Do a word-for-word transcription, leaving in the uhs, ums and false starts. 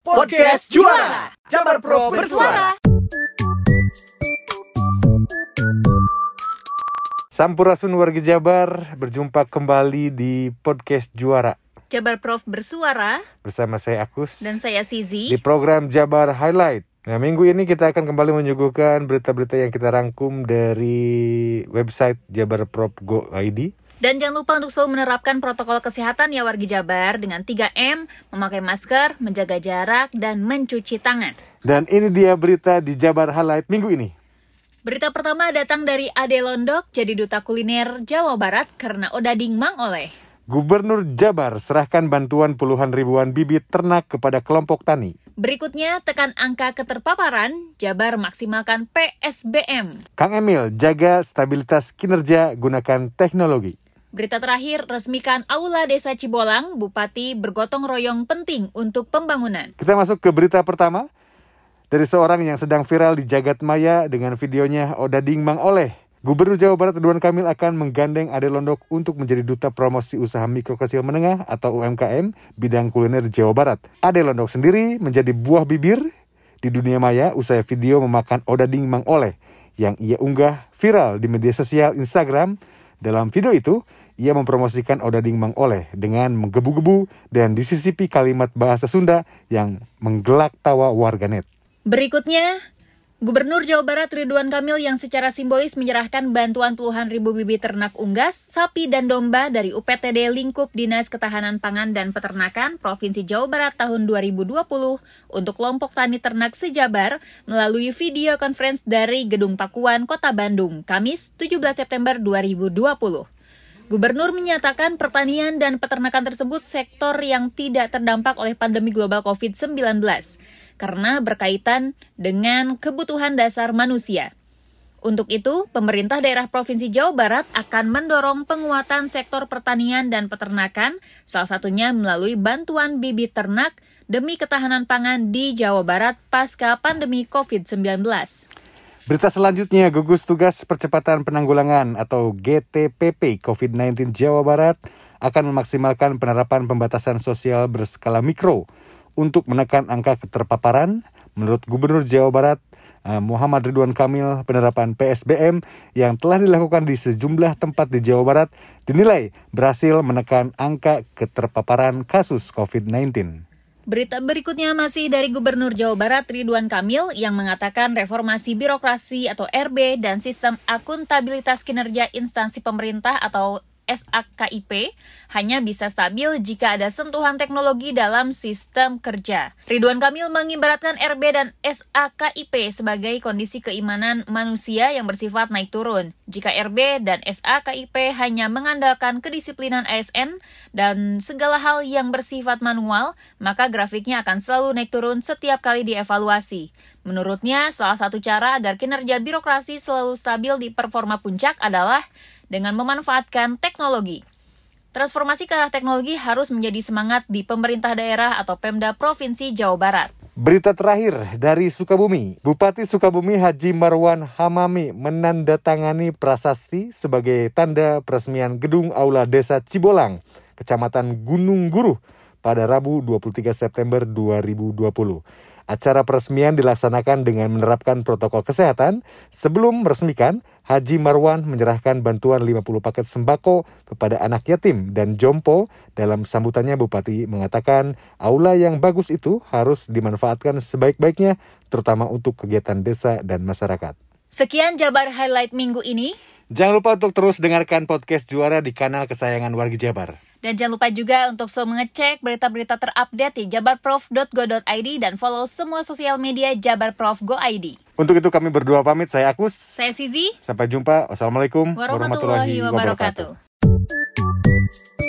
Podcast Juara Jabar Prof bersuara. Sampurasun warga Jabar, berjumpa kembali di Podcast Juara Jabar Prof bersuara bersama saya Agus dan saya Sizi di program Jabar Highlight. Nah, minggu ini kita akan kembali menyuguhkan berita-berita yang kita rangkum dari website jabar prof titik go titik i d. Dan jangan lupa untuk selalu menerapkan protokol kesehatan ya warga Jabar dengan tiga M, memakai masker, menjaga jarak, dan mencuci tangan. Dan ini dia berita di Jabar Highlight minggu ini. Berita pertama datang dari Ade Londok, jadi duta kuliner Jawa Barat karena Odading Mang Oleh. Gubernur Jabar serahkan bantuan puluhan ribuan bibit ternak kepada kelompok tani. Berikutnya, tekan angka keterpaparan, Jabar maksimalkan P S B M. Kang Emil, jaga stabilitas kinerja, gunakan teknologi. Berita terakhir, resmikan Aula Desa Cibolang, Bupati bergotong royong penting untuk pembangunan. Kita masuk ke berita pertama. Dari seorang yang sedang viral di jagat maya dengan videonya Odading Mang Oleh. Gubernur Jawa Barat Ridwan Kamil akan menggandeng Ade Londok untuk menjadi duta promosi usaha mikro kecil menengah atau U M K M bidang kuliner Jawa Barat. Ade Londok sendiri menjadi buah bibir di dunia maya usai video memakan Odading Mang Oleh yang ia unggah viral di media sosial Instagram. Dalam video itu, ia mempromosikan Odading Mang Oleh dengan menggebu-gebu dan disisipi kalimat bahasa Sunda yang menggelak tawa warganet. Berikutnya, Gubernur Jawa Barat Ridwan Kamil yang secara simbolis menyerahkan bantuan puluhan ribu bibit ternak unggas, sapi dan domba dari U P T D Lingkup Dinas Ketahanan Pangan dan Peternakan Provinsi Jawa Barat tahun dua ribu dua puluh untuk kelompok tani ternak sejabar melalui video conference dari Gedung Pakuan, Kota Bandung, Kamis tujuh belas September dua ribu dua puluh. Gubernur menyatakan pertanian dan peternakan tersebut sektor yang tidak terdampak oleh pandemi global covid sembilan belas. Karena berkaitan dengan kebutuhan dasar manusia. Untuk itu, pemerintah daerah Provinsi Jawa Barat akan mendorong penguatan sektor pertanian dan peternakan, salah satunya melalui bantuan bibit ternak demi ketahanan pangan di Jawa Barat pasca pandemi covid sembilan belas. Berita selanjutnya, gugus tugas percepatan penanggulangan atau G T P P covid sembilan belas Jawa Barat akan memaksimalkan penerapan pembatasan sosial berskala mikro untuk menekan angka keterpaparan. Menurut Gubernur Jawa Barat Muhammad Ridwan Kamil, penerapan P S B M yang telah dilakukan di sejumlah tempat di Jawa Barat dinilai berhasil menekan angka keterpaparan kasus covid sembilan belas. Berita berikutnya masih dari Gubernur Jawa Barat Ridwan Kamil yang mengatakan reformasi birokrasi atau R B dan sistem akuntabilitas kinerja instansi pemerintah atau S A K I P hanya bisa stabil jika ada sentuhan teknologi dalam sistem kerja. Ridwan Kamil mengibaratkan R B dan S A K I P sebagai kondisi keimanan manusia yang bersifat naik turun. Jika R B dan S A K I P hanya mengandalkan kedisiplinan A S N dan segala hal yang bersifat manual, maka grafiknya akan selalu naik turun setiap kali dievaluasi. Menurutnya, salah satu cara agar kinerja birokrasi selalu stabil di performa puncak adalah dengan memanfaatkan teknologi. Transformasi ke arah teknologi harus menjadi semangat di pemerintah daerah atau Pemda Provinsi Jawa Barat. Berita terakhir dari Sukabumi. Bupati Sukabumi Haji Marwan Hamami menandatangani prasasti sebagai tanda peresmian Gedung Aula Desa Cibolang, Kecamatan Gunung Guruh pada Rabu dua puluh tiga September dua ribu dua puluh. Acara peresmian dilaksanakan dengan menerapkan protokol kesehatan. Sebelum meresmikan, Haji Marwan menyerahkan bantuan lima puluh paket sembako kepada anak yatim dan jompo. Dalam sambutannya, Bupati mengatakan aula yang bagus itu harus dimanfaatkan sebaik-baiknya, terutama untuk kegiatan desa dan masyarakat. Sekian Jabar Highlight minggu ini. Jangan lupa untuk terus dengarkan podcast Juara di kanal kesayangan warga Jabar. Dan jangan lupa juga untuk selalu mengecek berita-berita terupdate di jabar prof titik go titik i d dan follow semua sosial media Jabar Prof Go I D. Untuk itu kami berdua pamit, saya Agus. Saya Sizi. Sampai jumpa. Wassalamualaikum warahmatullahi wabarakatuh.